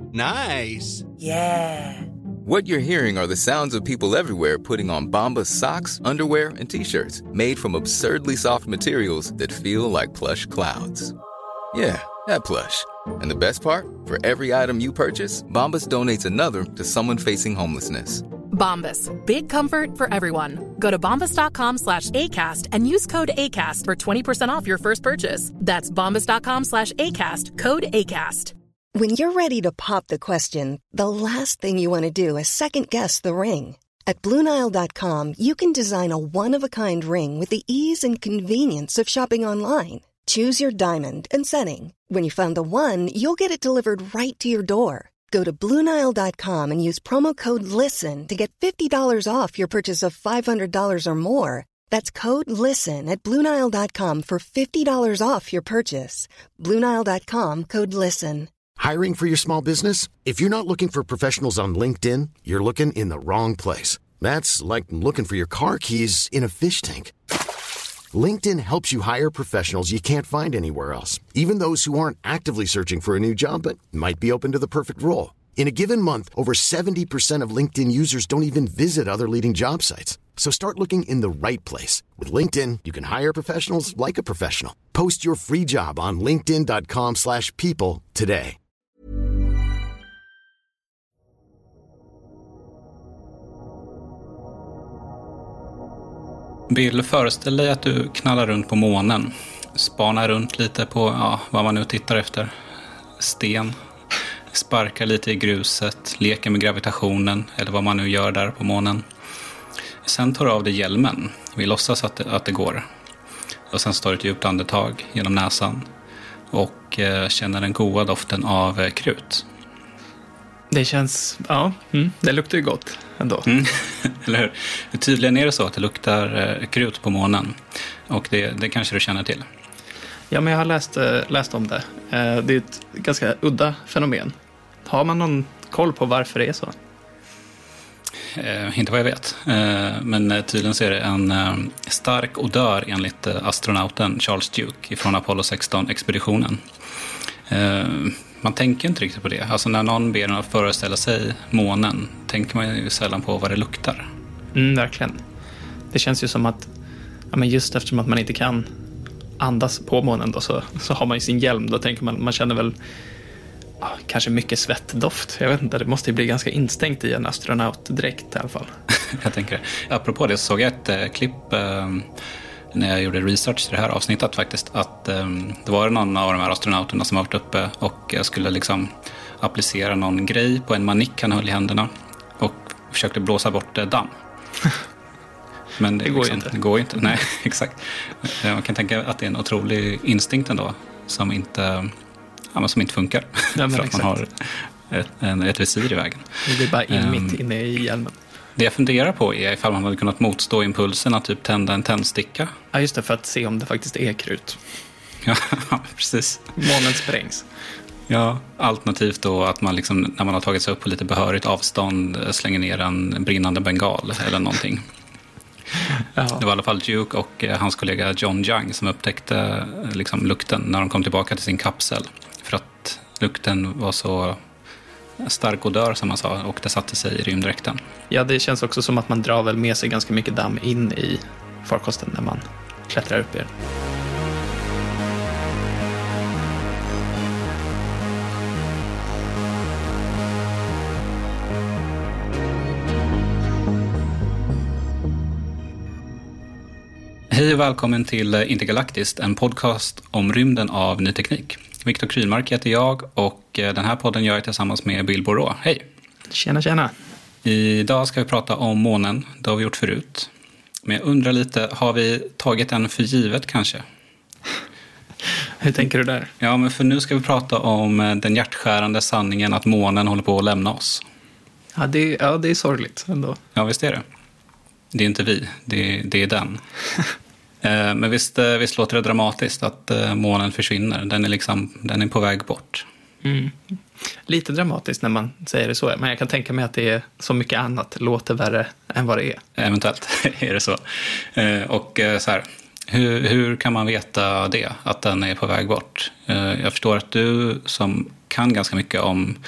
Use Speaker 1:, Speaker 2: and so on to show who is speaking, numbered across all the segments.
Speaker 1: Nice.
Speaker 2: Yeah.
Speaker 3: What you're hearing are the sounds of people everywhere putting on Bombas socks, underwear, and T-shirts made from absurdly soft materials that feel like plush clouds. Yeah, that plush. And the best part? For every item you purchase, Bombas donates another to someone facing homelessness.
Speaker 4: Bombas. Big comfort for everyone. Go to bombas.com/ACAST and use code ACAST for 20% off your first purchase. That's bombas.com/ACAST. Code ACAST.
Speaker 5: When you're ready to pop the question, the last thing you want to do is second-guess the ring. At BlueNile.com, you can design a one-of-a-kind ring with the ease and convenience of shopping online. Choose your diamond and setting. When you find the one, you'll get it delivered right to your door. Go to BlueNile.com and use promo code LISTEN to get $50 off your purchase of $500 or more. That's code LISTEN at BlueNile.com for $50 off your purchase. BlueNile.com, code LISTEN.
Speaker 6: Hiring for your small business? If you're not looking for professionals on LinkedIn, you're looking in the wrong place. That's like looking for your car keys in a fish tank. LinkedIn helps you hire professionals you can't find anywhere else, even those who aren't actively searching for a new job but might be open to the perfect role. In a given month, over 70% of LinkedIn users don't even visit other leading job sites. So start looking in the right place. With LinkedIn, you can hire professionals like a professional. Post your free job on linkedin.com/people today.
Speaker 7: Bill, föreställ dig att du knallar runt på månen. Spanar runt lite på vad man nu tittar efter. Sten. Sparkar lite i gruset. Leker med gravitationen. Eller vad man nu gör där på månen. Sen tar du av dig hjälmen. Vi låtsas att det går. Och sen står ett djupt andetag genom näsan. Och känner den goda doften av krut.
Speaker 8: Det känns, det luktar ju gott ändå.
Speaker 7: Eller hur? Tydligen är det så att det luktar krut på månen. Och det kanske du känner till.
Speaker 8: Ja, men jag har läst om det. Det är ett ganska udda fenomen. Har man någon koll på varför det är så?
Speaker 7: Inte vad jag vet. Men tydligen så är det en stark odör enligt astronauten Charles Duke från Apollo 16-expeditionen. Man tänker inte riktigt på det. Alltså när någon ber en att föreställa sig månen tänker man ju sällan på vad det luktar.
Speaker 8: Verkligen. Det känns ju som att just eftersom att man inte kan andas på månen då, så har man ju sin hjälm. Då tänker man känner väl kanske mycket svettdoft. Jag vet inte, det måste ju bli ganska instängt i en astronautdräkt i alla fall. Jag tänker det.
Speaker 7: Apropå det så såg jag ett klipp när jag gjorde research till det här avsnittet faktiskt, att det var någon av de här astronauterna som varit uppe och skulle liksom applicera någon grej på en manick han höll i händerna och försökte blåsa bort damm. Men det går liksom, inte. Det går inte, nej, exakt. Man kan tänka att det är en otrolig instinkt ändå som inte funkar. Ja, för att man har ett visir i vägen.
Speaker 8: Det är bara mitt inne i hjälmen.
Speaker 7: Det jag funderar på är ifall man hade kunnat motstå impulsen att typ tända en tändsticka.
Speaker 8: Ja, just det, för att se om det faktiskt är krut.
Speaker 7: Ja, precis.
Speaker 8: Månen sprängs.
Speaker 7: Ja, alternativt då att man liksom, när man har tagit sig upp på lite behörigt avstånd, slänger ner en brinnande bengal eller någonting. Ja. Det var i alla fall Duke och hans kollega John Young som upptäckte liksom lukten när de kom tillbaka till sin kapsel. För att lukten var så stark odör som man sa, och det satte sig i rymddräkten. Ja, det känns också som att man drar väl med sig ganska mycket damm in i farkosten när man klättrar upp i den. Hej och välkommen till Intergalaktiskt, en podcast om rymden av ny teknik. Viktor Krylmark heter jag och den här podden gör jag tillsammans med Bill Borå. Hej! Tjena, tjena! Idag ska vi prata om månen, det har vi gjort förut. Men jag undrar lite, har vi tagit den för givet kanske? Hur tänker du där? Ja, men för nu ska vi prata om den hjärtskärande sanningen att månen håller på att lämna oss. Ja, det är sorgligt ändå. Ja, visst är det. Det är inte vi, det är den. Men visst låter det dramatiskt att månen försvinner. Den är på väg bort. Mm. Lite dramatiskt när man säger det så. Men jag kan tänka mig att det är så mycket annat låter värre än vad det är. Eventuellt är det så. Och så här, hur kan man veta det? Att den är på väg bort? Jag förstår att du som kan ganska mycket om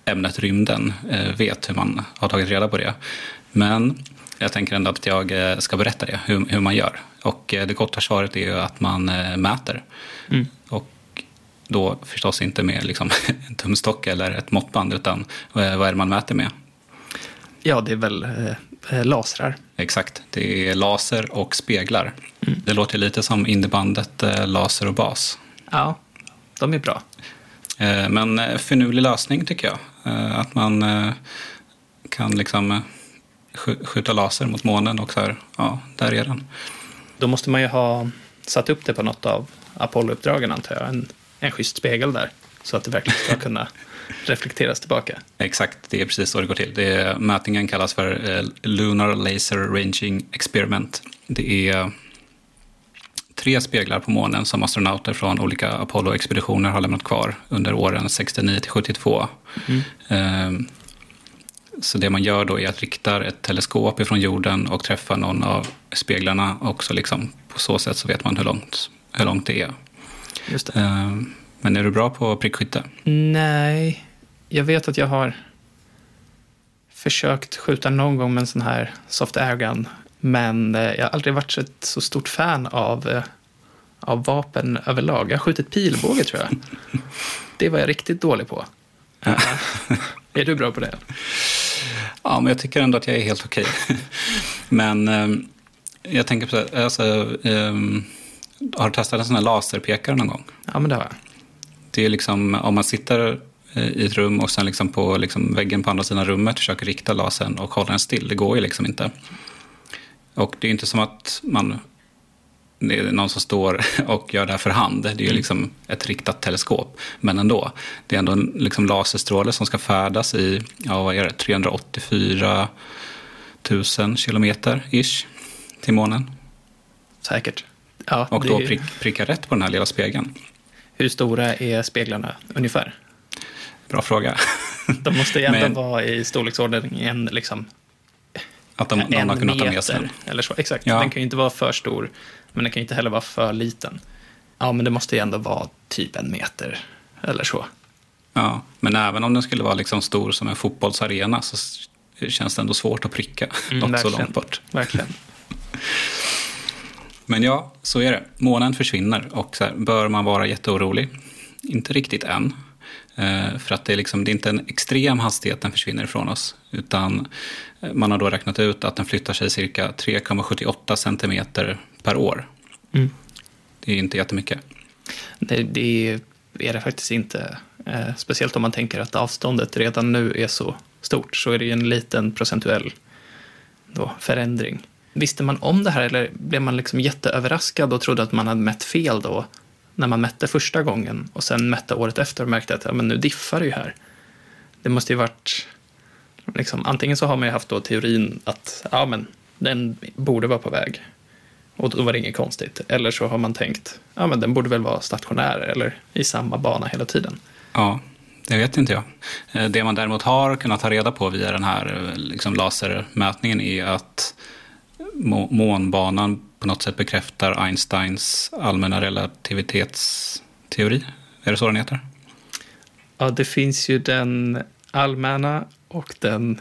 Speaker 7: ämnet rymden vet hur man har tagit reda på det. Men jag tänker ändå att jag ska berätta det, hur man gör. Och det korta svaret är ju att man mäter. Och då förstås inte med liksom en tumstock eller ett måttband, utan vad är det man mäter med?
Speaker 8: Ja, det är väl lasrar.
Speaker 7: Exakt, det är laser och speglar. Det låter lite som indiebandet Laser och Bas.
Speaker 8: Ja, de är bra.
Speaker 7: Men finurlig lösning tycker jag. Att man kan liksom skjuta laser mot månen och så här, ja, där är den.
Speaker 8: Då måste man ju ha satt upp det på något av Apollo-uppdragen, antar jag. En schysst spegel där, så att det verkligen ska kunna reflekteras tillbaka.
Speaker 7: Exakt, det är precis så det går till. Mätningen kallas för Lunar Laser Ranging Experiment. Det är 3 speglar på månen som astronauter från olika Apollo-expeditioner har lämnat kvar under åren 69-72. Så det man gör då är att rikta ett teleskop ifrån jorden och träffa någon av speglarna också. Liksom, på så sätt så vet man hur långt det är.
Speaker 8: Just det.
Speaker 7: Men är du bra på prickskytte?
Speaker 8: Nej, jag vet att jag har försökt skjuta någon gång med en sån här soft airgun. Men jag har aldrig varit ett så stort fan av vapen överlag. Jag har skjutit pilbåge, tror jag. Det var jag riktigt dålig på. Är du bra på det?
Speaker 7: Ja, men jag tycker ändå att jag är helt okej. Men jag tänker på alltså, har du testat en sån här laserpekare någon gång?
Speaker 8: Ja, men det har jag.
Speaker 7: Det är liksom, om man sitter i ett rum och sen liksom på liksom väggen på andra sidan rummet försöker rikta lasern och hålla den still. Det går ju liksom inte. Och det är inte som att det är någon som står och gör det här för hand. Det är ju liksom ett riktat teleskop. Men ändå, det är ändå en liksom laserstråle som ska färdas i, ja, vad är det, 384 000 kilometer-ish till månen.
Speaker 8: Säkert. Ja,
Speaker 7: och då pricka rätt på den här lilla spegeln.
Speaker 8: Hur stora är speglarna ungefär?
Speaker 7: Bra fråga.
Speaker 8: De måste ju ändå vara i storleksordningen liksom
Speaker 7: att någon har kunnat ta med sig.
Speaker 8: Eller så. Exakt,
Speaker 7: ja.
Speaker 8: Den kan ju inte vara för stor, men den kan ju inte heller vara för liten. Ja, men det måste ju ändå vara typ 1 meter eller så.
Speaker 7: Ja, men även om den skulle vara liksom stor som en fotbollsarena så känns det ändå svårt att pricka något så långt bort.
Speaker 8: Verkligen.
Speaker 7: Men ja, så är det. Månen försvinner och så här, bör man vara jätteorolig? Inte riktigt än. För att det är inte en extrem hastighet den försvinner ifrån oss. Utan man har då räknat ut att den flyttar sig cirka 3,78 centimeter per år. Det är inte jättemycket.
Speaker 8: Det är det faktiskt inte. Speciellt om man tänker att avståndet redan nu är så stort, så är det ju en liten procentuell förändring. Visste man om det här eller blev man liksom jätteöverraskad och trodde att man hade mätt fel då när man mätte första gången och sen mätte året efter och märkte att ja, men nu diffar det ju här. Det måste ju varit liksom, antingen så har man ju haft då teorin att ja, men den borde vara på väg och då var det inget konstigt, eller så har man tänkt ja, men den borde väl vara stationär eller i samma bana hela tiden.
Speaker 7: Ja, det vet inte jag. Det man däremot har kunnat ta reda på via den här liksom lasermätningen är att månbanan på något sätt bekräftar Einsteins allmänna relativitetsteori. Är det så den heter?
Speaker 8: Ja, det finns ju den allmänna och den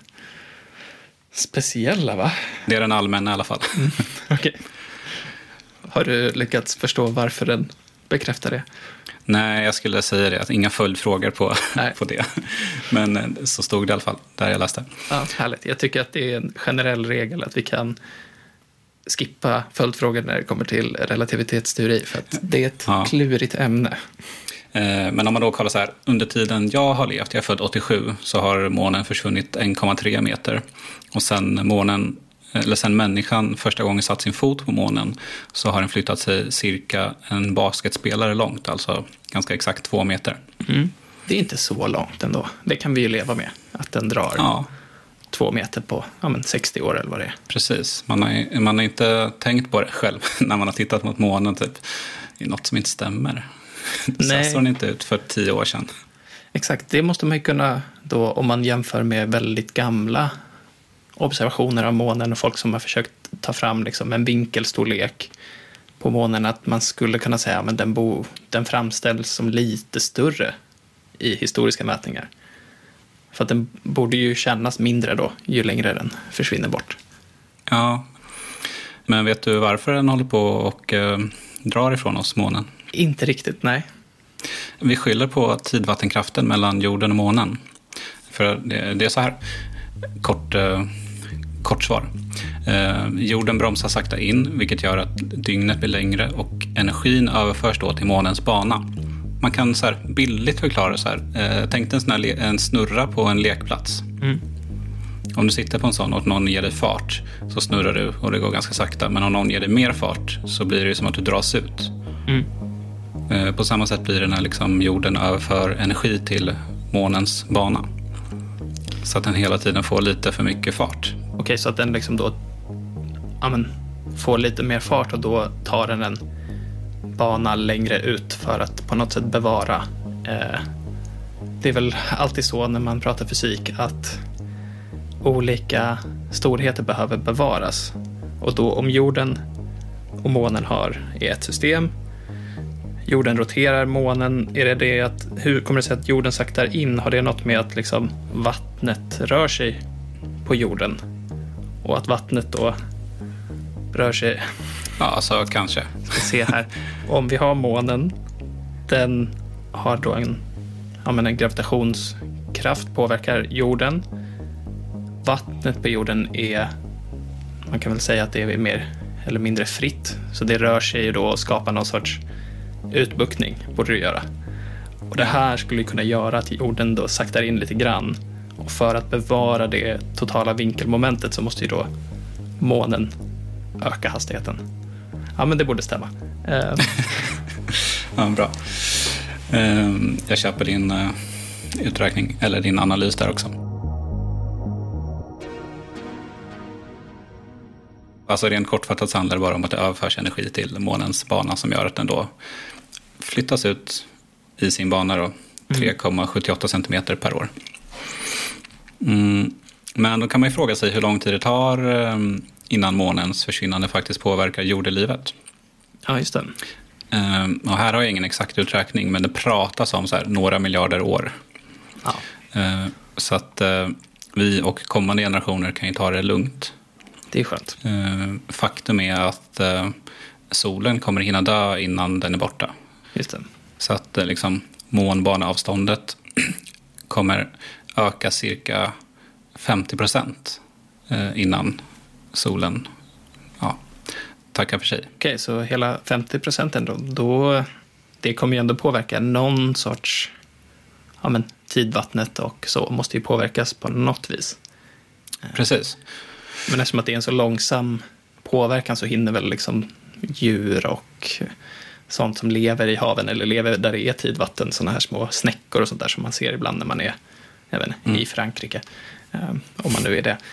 Speaker 8: speciella, va?
Speaker 7: Det är den allmänna i alla fall.
Speaker 8: Okej. Har du lyckats förstå varför den bekräftar det?
Speaker 7: Nej, jag skulle säga det. Att inga följdfrågor på det. Men så stod det i alla fall där jag läste.
Speaker 8: Ja, härligt. Jag tycker att det är en generell regel att vi kan skippa följdfrågor när det kommer till relativitetsteori. För att det är ett klurigt ämne.
Speaker 7: Men om man då kollar så här, under tiden jag har levt, jag är född 87, så har månen försvunnit 1,3 meter. Och sen människan första gången satt sin fot på månen så har den flyttat sig cirka en basketspelare långt, alltså ganska exakt 2 meter.
Speaker 8: Det är inte så långt ändå. Det kan vi ju leva med, att den drar 2 meter på 60 år eller vad det är.
Speaker 7: Precis, man har inte tänkt på det själv när man har tittat mot månen. Typ. Det är något som inte stämmer. Så såg den inte ut för 10 år sedan.
Speaker 8: Exakt, det måste man ju kunna då, om man jämför med väldigt gamla observationer av månen och folk som har försökt ta fram liksom en vinkelstorlek på månen, att man skulle kunna säga att den framställs som lite större i historiska mätningar. För att den borde ju kännas mindre då, ju längre den försvinner bort.
Speaker 7: Ja, men vet du varför den håller på och drar ifrån oss, månen?
Speaker 8: Inte riktigt, nej.
Speaker 7: Vi skyller på tidvattenkraften mellan jorden och månen. För det är så här, kort svar. Jorden bromsar sakta in, vilket gör att dygnet blir längre och energin överförs då till månens bana. Man kan så här bildligt förklara så här. Tänk dig en snurra på en lekplats. Om du sitter på en sån och någon ger dig fart så snurrar du och det går ganska sakta. Men om någon ger dig mer fart så blir det som att du dras ut. På samma sätt blir det när liksom jorden överför energi till månens bana. Så att den hela tiden får lite för mycket fart.
Speaker 8: Okej, så att den liksom då får lite mer fart och då tar den en bana längre ut för att på något sätt bevara. Det är väl alltid så när man pratar fysik att olika storheter behöver bevaras. Och då om jorden och månen har i ett system, jorden roterar, månen, hur kommer det sig att jorden saktar in? Har det något med att liksom vattnet rör sig på jorden och att vattnet då rör sig?
Speaker 7: Ja, så kanske.
Speaker 8: Ska se här. Om vi har månen, den har då en gravitationskraft, påverkar jorden. Vattnet på jorden man kan väl säga att det är mer eller mindre fritt. Så det rör sig ju då och skapar någon sorts utbuktning, borde det göra. Och det här skulle kunna göra att jorden då saktar in lite grann. Och för att bevara det totala vinkelmomentet så måste ju då månen öka hastigheten. Ja, men det borde stämma.
Speaker 7: Ja, bra. Jag köper din uträkning, eller din analys där också. Alltså rent kortfattat så handlar det bara om att det överförs energi till månens bana som gör att den då flyttas ut i sin bana då 3,78 centimeter per år. Men då kan man ju fråga sig hur lång tid det tar innan månens försvinnande faktiskt påverkar jordelivet.
Speaker 8: Ja, just det.
Speaker 7: Och här har jag ingen exakt uträkning, men det pratas om så här några miljarder år.
Speaker 8: Ja.
Speaker 7: Så att vi och kommande generationer kan ju ta det lugnt.
Speaker 8: Det är skönt.
Speaker 7: Faktum är att solen kommer hinna dö innan den är borta.
Speaker 8: Just det.
Speaker 7: Så att liksom månbaneavståndet kommer öka cirka 50% innan solen tackar för sig.
Speaker 8: Okej, så hela 50% ändå. Då det kommer ju ändå påverka någon sorts tidvattnet och så måste ju påverkas på något vis.
Speaker 7: Precis.
Speaker 8: Men eftersom att det är en så långsam påverkan så hinner väl liksom djur och sånt som lever i haven eller lever där det är tidvatten, sådana här små snäckor och sånt där som man ser ibland när man är i Frankrike, om man nu är det.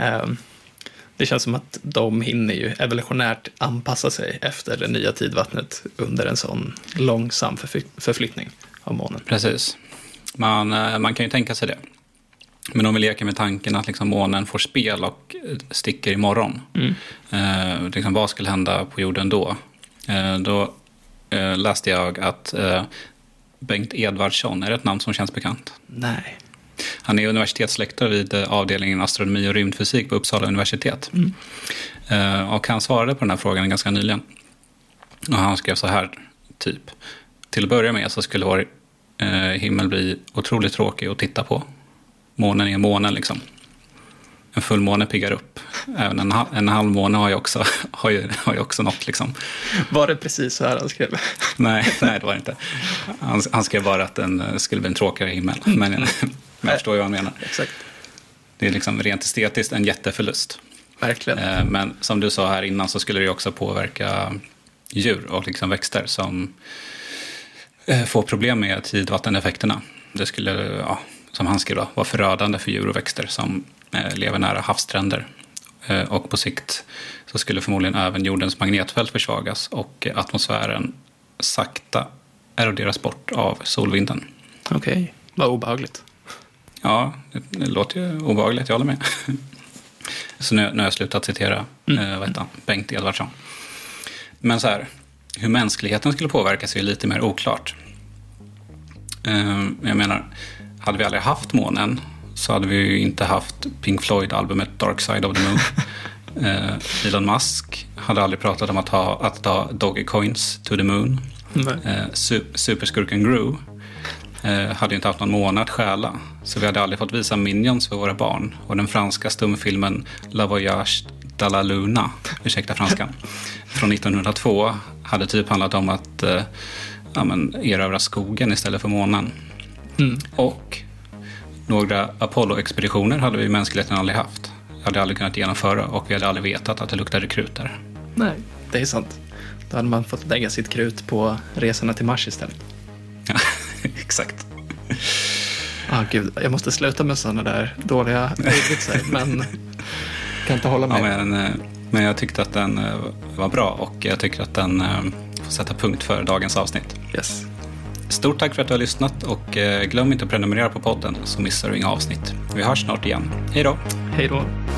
Speaker 8: Det känns som att de hinner ju evolutionärt anpassa sig efter det nya tidvattnet under en sån långsam förflyttning av månen.
Speaker 7: Precis. Man kan ju tänka sig det. Men om vi leker med tanken att liksom månen får spel och sticker imorgon. Liksom, vad skulle hända på jorden då? Då läste jag att Bengt Edvardsson, är det ett namn som känns bekant?
Speaker 8: Nej.
Speaker 7: Han är universitetslektor vid avdelningen astronomi och rymdfysik på Uppsala universitet. Och han svarade på den här frågan ganska nyligen. Och han skrev så här, typ. Till att börja med så skulle vår himmel bli otroligt tråkig att titta på. Månen är månen liksom. En fullmåne piggar upp. Även en halvmåne har ju också något liksom.
Speaker 8: Var det precis så här han skrev?
Speaker 7: Nej, det var det inte. Han skrev bara att den skulle bli en tråkigare himmel. Men jag förstår ju vad han menar.
Speaker 8: Exakt.
Speaker 7: Det är liksom rent estetiskt en jätteförlust.
Speaker 8: Verkligen.
Speaker 7: Men som du sa här innan så skulle det också påverka djur och liksom växter som får problem med tidvatteneffekterna. Det skulle, som han skrev då, vara förödande för djur och växter som lever nära havsstränder. Och på sikt så skulle förmodligen även jordens magnetfält försvagas och atmosfären sakta eroderas bort av solvinden.
Speaker 8: Okej, vad obehagligt.
Speaker 7: Ja, det låter ju obehagligt, jag håller med. Så nu har jag slutat citera Bengt Edvardsson. Men så här, hur mänskligheten skulle påverkas är lite mer oklart. Jag menar, hade vi aldrig haft månen så hade vi ju inte haft Pink Floyd-albumet Dark Side of the Moon. Elon Musk hade aldrig pratat om att ta Dogecoins to the moon. Superskurken Gru hade ju inte haft någon månad att stjäla. Så vi hade aldrig fått visa Minions för våra barn. Och den franska stumfilmen La Voyage de la Luna, ursäkta franskan, från 1902 hade typ handlat om att erövra skogen istället för månen. Och några Apollo-expeditioner hade vi mänskligheten aldrig haft. Hade aldrig kunnat genomföra, och vi hade aldrig vetat att det luktade krut där.
Speaker 8: Nej, det är sant. Då hade man fått lägga sitt krut på resorna till Mars istället.
Speaker 7: Ja, exakt.
Speaker 8: Gud, jag måste sluta med sådana där dåliga vitsar, men kan inte hålla med.
Speaker 7: Ja, men jag tyckte att den var bra, och jag tycker att den får sätta punkt för dagens avsnitt.
Speaker 8: Yes.
Speaker 7: Stort tack för att du har lyssnat, och glöm inte att prenumerera på podden så missar du inga avsnitt. Vi hörs snart igen. Hej då!
Speaker 8: Hej då!